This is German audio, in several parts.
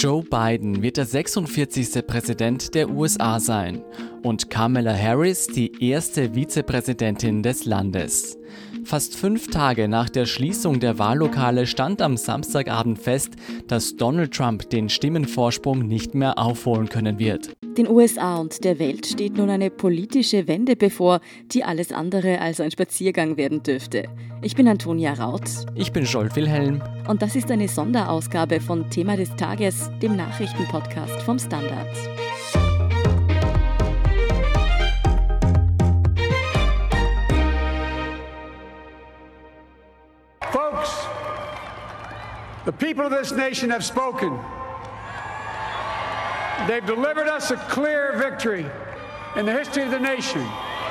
Joe Biden wird der 46. Präsident der USA sein und Kamala Harris die erste Vizepräsidentin des Landes. Fast 5 Tage nach der Schließung der Wahllokale stand am Samstagabend fest, dass Donald Trump den Stimmenvorsprung nicht mehr aufholen können wird. Den USA und der Welt steht nun eine politische Wende bevor, die alles andere als ein Spaziergang werden dürfte. Ich bin Antonia Raut. Ich bin Joel Wilhelm. Und das ist eine Sonderausgabe von Thema des Tages, dem Nachrichtenpodcast vom Standard. Folks, the people of this nation have spoken. They've delivered us a clear victory in the history of the nation.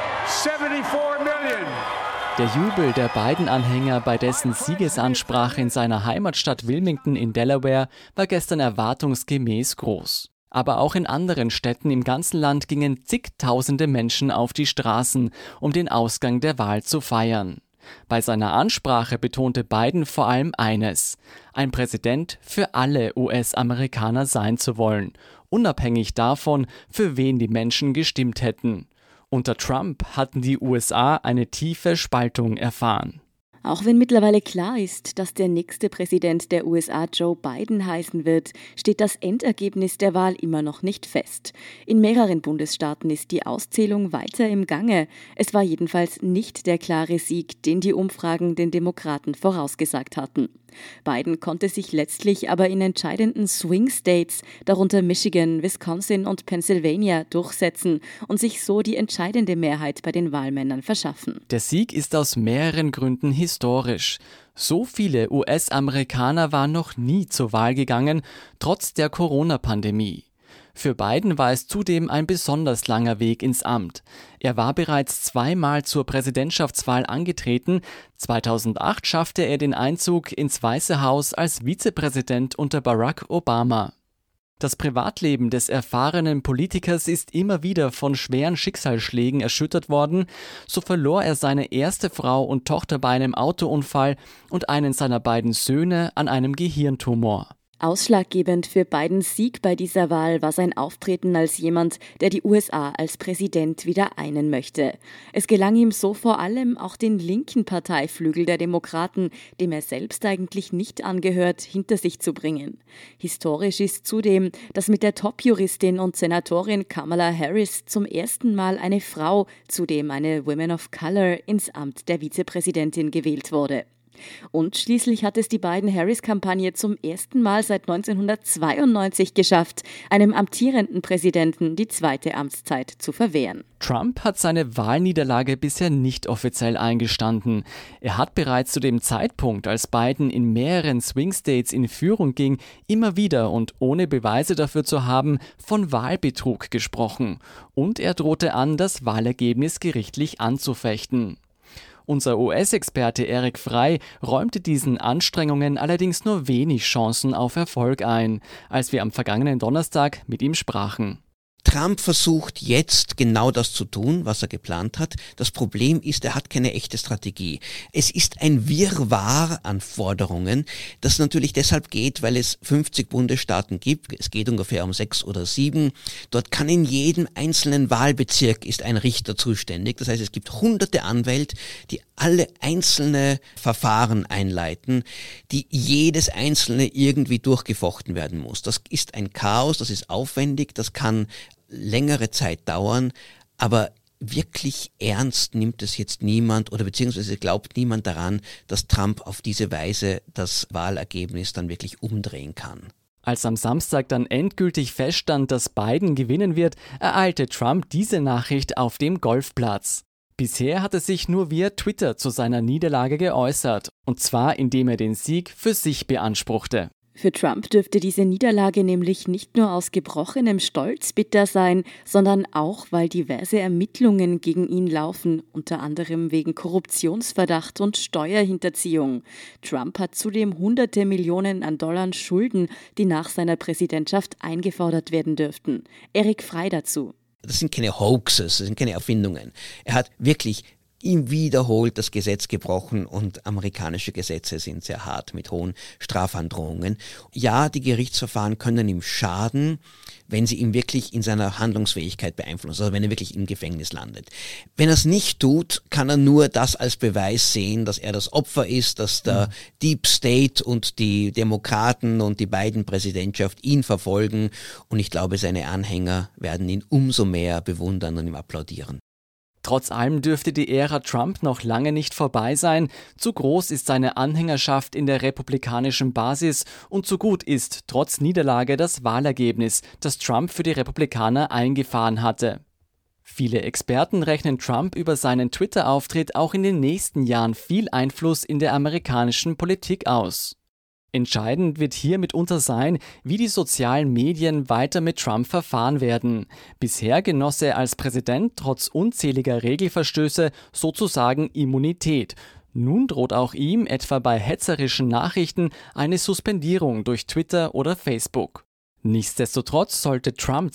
74 million. Der Jubel der Biden-Anhänger bei dessen Siegesansprache in seiner Heimatstadt Wilmington in Delaware war gestern erwartungsgemäß groß. Aber auch in anderen Städten im ganzen Land gingen zigtausende Menschen auf die Straßen, um den Ausgang der Wahl zu feiern. Bei seiner Ansprache betonte Biden vor allem eines: ein Präsident für alle US-Amerikaner sein zu wollen, unabhängig davon, für wen die Menschen gestimmt hätten. Unter Trump hatten die USA eine tiefe Spaltung erfahren. Auch wenn mittlerweile klar ist, dass der nächste Präsident der USA Joe Biden heißen wird, steht das Endergebnis der Wahl immer noch nicht fest. In mehreren Bundesstaaten ist die Auszählung weiter im Gange. Es war jedenfalls nicht der klare Sieg, den die Umfragen den Demokraten vorausgesagt hatten. Biden konnte sich letztlich aber in entscheidenden Swing States, darunter Michigan, Wisconsin und Pennsylvania, durchsetzen und sich so die entscheidende Mehrheit bei den Wahlmännern verschaffen. Der Sieg ist aus mehreren Gründen historisch. So viele US-Amerikaner waren noch nie zur Wahl gegangen, trotz der Corona-Pandemie. Für Biden war es zudem ein besonders langer Weg ins Amt. Er war bereits 2-mal zur Präsidentschaftswahl angetreten. 2008 schaffte er den Einzug ins Weiße Haus als Vizepräsident unter Barack Obama. Das Privatleben des erfahrenen Politikers ist immer wieder von schweren Schicksalsschlägen erschüttert worden. So verlor er seine erste Frau und Tochter bei einem Autounfall und einen seiner beiden Söhne an einem Gehirntumor. Ausschlaggebend für Bidens Sieg bei dieser Wahl war sein Auftreten als jemand, der die USA als Präsident wieder einen möchte. Es gelang ihm so vor allem, auch den linken Parteiflügel der Demokraten, dem er selbst eigentlich nicht angehört, hinter sich zu bringen. Historisch ist zudem, dass mit der Top-Juristin und Senatorin Kamala Harris zum ersten Mal eine Frau, zudem eine Woman of Color, ins Amt der Vizepräsidentin gewählt wurde. Und schließlich hat es die Biden-Harris-Kampagne zum ersten Mal seit 1992 geschafft, einem amtierenden Präsidenten die zweite Amtszeit zu verwehren. Trump hat seine Wahlniederlage bisher nicht offiziell eingestanden. Er hat bereits zu dem Zeitpunkt, als Biden in mehreren Swing-States in Führung ging, immer wieder und ohne Beweise dafür zu haben, von Wahlbetrug gesprochen. Und er drohte an, das Wahlergebnis gerichtlich anzufechten. Unser US-Experte Eric Frey räumte diesen Anstrengungen allerdings nur wenig Chancen auf Erfolg ein, als wir am vergangenen Donnerstag mit ihm sprachen. Trump versucht jetzt genau das zu tun, was er geplant hat. Das Problem ist, er hat keine echte Strategie. Es ist ein Wirrwarr an Forderungen, das natürlich deshalb geht, weil es 50 Bundesstaaten gibt. Es geht ungefähr um 6 oder 7. Dort kann in jedem einzelnen Wahlbezirk ist ein Richter zuständig. Das heißt, es gibt hunderte Anwälte, die alle einzelne Verfahren einleiten, die jedes einzelne irgendwie durchgefochten werden muss. Das ist ein Chaos, das ist aufwendig, das kann längere Zeit dauern, aber wirklich ernst nimmt es jetzt niemand oder beziehungsweise glaubt niemand daran, dass Trump auf diese Weise das Wahlergebnis dann wirklich umdrehen kann. Als am Samstag dann endgültig feststand, dass Biden gewinnen wird, ereilte Trump diese Nachricht auf dem Golfplatz. Bisher hat er sich nur via Twitter zu seiner Niederlage geäußert, und zwar indem er den Sieg für sich beanspruchte. Für Trump dürfte diese Niederlage nämlich nicht nur aus gebrochenem Stolz bitter sein, sondern auch, weil diverse Ermittlungen gegen ihn laufen, unter anderem wegen Korruptionsverdacht und Steuerhinterziehung. Trump hat zudem hunderte Millionen an Dollar Schulden, die nach seiner Präsidentschaft eingefordert werden dürften. Eric Frey dazu. Das sind keine Hoaxes, das sind keine Erfindungen. Er hat wirklich ihm wiederholt das Gesetz gebrochen und amerikanische Gesetze sind sehr hart mit hohen Strafandrohungen. Ja, die Gerichtsverfahren können ihm schaden, wenn sie ihn wirklich in seiner Handlungsfähigkeit beeinflussen, also wenn er wirklich im Gefängnis landet. Wenn er es nicht tut, kann er nur das als Beweis sehen, dass er das Opfer ist, dass der Deep State und die Demokraten und die Biden-Präsidentschaft ihn verfolgen und ich glaube, seine Anhänger werden ihn umso mehr bewundern und ihm applaudieren. Trotz allem dürfte die Ära Trump noch lange nicht vorbei sein. Zu groß ist seine Anhängerschaft in der republikanischen Basis und zu gut ist trotz Niederlage das Wahlergebnis, das Trump für die Republikaner eingefahren hatte. Viele Experten rechnen Trump über seinen Twitter-Auftritt auch in den nächsten Jahren viel Einfluss in der amerikanischen Politik aus. Entscheidend wird hier mitunter sein, wie die sozialen Medien weiter mit Trump verfahren werden. Bisher genoss er als Präsident trotz unzähliger Regelverstöße sozusagen Immunität. Nun droht auch ihm etwa bei hetzerischen Nachrichten eine Suspendierung durch Twitter oder Facebook. Nichtsdestotrotz sollte Trump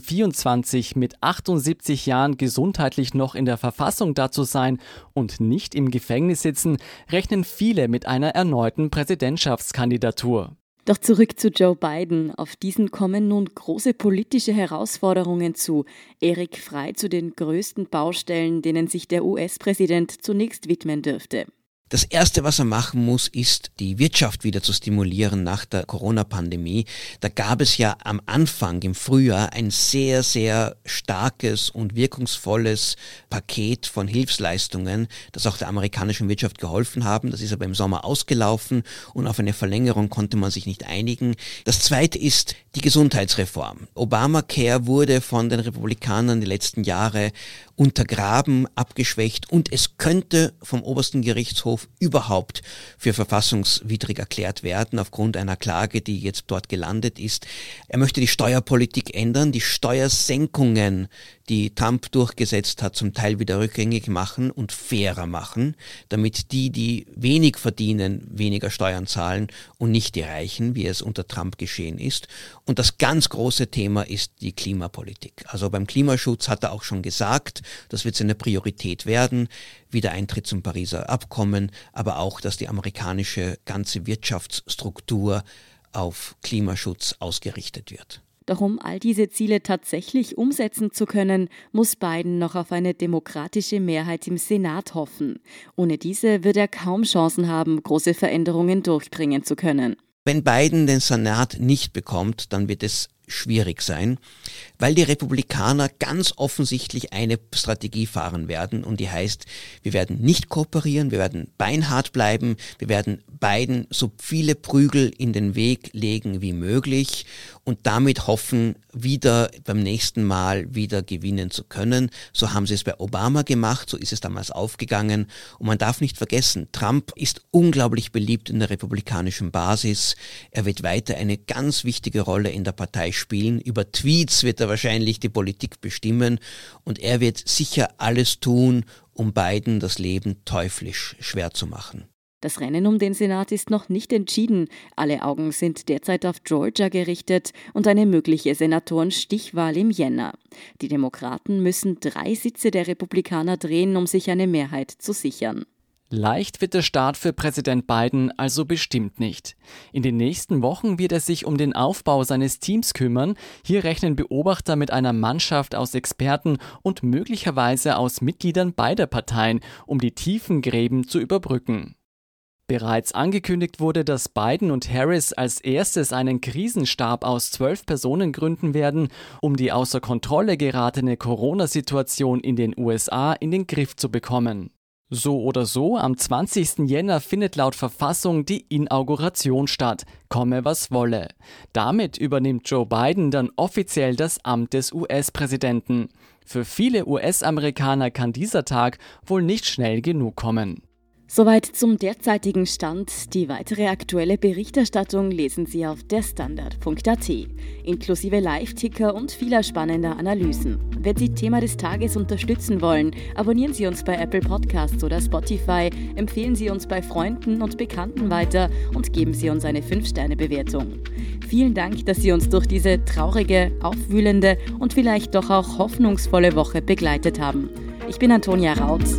2024 mit 78 Jahren gesundheitlich noch in der Verfassung dazu sein und nicht im Gefängnis sitzen, rechnen viele mit einer erneuten Präsidentschaftskandidatur. Doch zurück zu Joe Biden. Auf diesen kommen nun große politische Herausforderungen zu. Erik Frey zu den größten Baustellen, denen sich der US-Präsident zunächst widmen dürfte. Das Erste, was er machen muss, ist, die Wirtschaft wieder zu stimulieren nach der Corona-Pandemie. Da gab es ja am Anfang, im Frühjahr, ein sehr, sehr starkes und wirkungsvolles Paket von Hilfsleistungen, das auch der amerikanischen Wirtschaft geholfen haben. Das ist aber im Sommer ausgelaufen und auf eine Verlängerung konnte man sich nicht einigen. Das Zweite ist die Gesundheitsreform. Obamacare wurde von den Republikanern die letzten Jahre untergraben, abgeschwächt und es könnte vom obersten Gerichtshof überhaupt für verfassungswidrig erklärt werden aufgrund einer Klage, die jetzt dort gelandet ist. Er möchte die Steuerpolitik ändern, die Steuersenkungen, die Trump durchgesetzt hat, zum Teil wieder rückgängig machen und fairer machen, damit die wenig verdienen, weniger Steuern zahlen und nicht die Reichen, wie es unter Trump geschehen ist. Und das ganz große Thema ist die Klimapolitik. Also beim Klimaschutz hat er auch schon gesagt, das wird seine Priorität werden, Wiedereintritt zum Pariser Abkommen, aber auch, dass die amerikanische ganze Wirtschaftsstruktur auf Klimaschutz ausgerichtet wird. Doch um all diese Ziele tatsächlich umsetzen zu können, muss Biden noch auf eine demokratische Mehrheit im Senat hoffen. Ohne diese wird er kaum Chancen haben, große Veränderungen durchbringen zu können. Wenn Biden den Senat nicht bekommt, dann wird es schwierig sein, weil die Republikaner ganz offensichtlich eine Strategie fahren werden und die heißt, wir werden nicht kooperieren, wir werden beinhart bleiben, wir werden Biden so viele Prügel in den Weg legen wie möglich und damit hoffen, wieder beim nächsten Mal wieder gewinnen zu können. So haben sie es bei Obama gemacht, so ist es damals aufgegangen und man darf nicht vergessen, Trump ist unglaublich beliebt in der republikanischen Basis, er wird weiter eine ganz wichtige Rolle in der Partei spielen. Über Tweets wird er wahrscheinlich die Politik bestimmen und er wird sicher alles tun, um Biden das Leben teuflisch schwer zu machen. Das Rennen um den Senat ist noch nicht entschieden. Alle Augen sind derzeit auf Georgia gerichtet und eine mögliche Senatorenstichwahl im Jänner. Die Demokraten müssen 3 Sitze der Republikaner drehen, um sich eine Mehrheit zu sichern. Leicht wird der Start für Präsident Biden also bestimmt nicht. In den nächsten Wochen wird er sich um den Aufbau seines Teams kümmern. Hier rechnen Beobachter mit einer Mannschaft aus Experten und möglicherweise aus Mitgliedern beider Parteien, um die tiefen Gräben zu überbrücken. Bereits angekündigt wurde, dass Biden und Harris als erstes einen Krisenstab aus 12 Personen gründen werden, um die außer Kontrolle geratene Corona-Situation in den USA in den Griff zu bekommen. So oder so, am 20. Jänner findet laut Verfassung die Inauguration statt, komme was wolle. Damit übernimmt Joe Biden dann offiziell das Amt des US-Präsidenten. Für viele US-Amerikaner kann dieser Tag wohl nicht schnell genug kommen. Soweit zum derzeitigen Stand. Die weitere aktuelle Berichterstattung lesen Sie auf derstandard.at, inklusive Live-Ticker und vieler spannender Analysen. Wenn Sie Thema des Tages unterstützen wollen, abonnieren Sie uns bei Apple Podcasts oder Spotify, empfehlen Sie uns bei Freunden und Bekannten weiter und geben Sie uns eine 5-Sterne-Bewertung. Vielen Dank, dass Sie uns durch diese traurige, aufwühlende und vielleicht doch auch hoffnungsvolle Woche begleitet haben. Ich bin Antonia Raut. Ich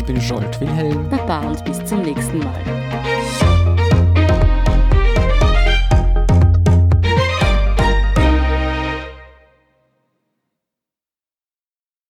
bin Scholt Wilhelm. Baba und bis zum nächsten Mal.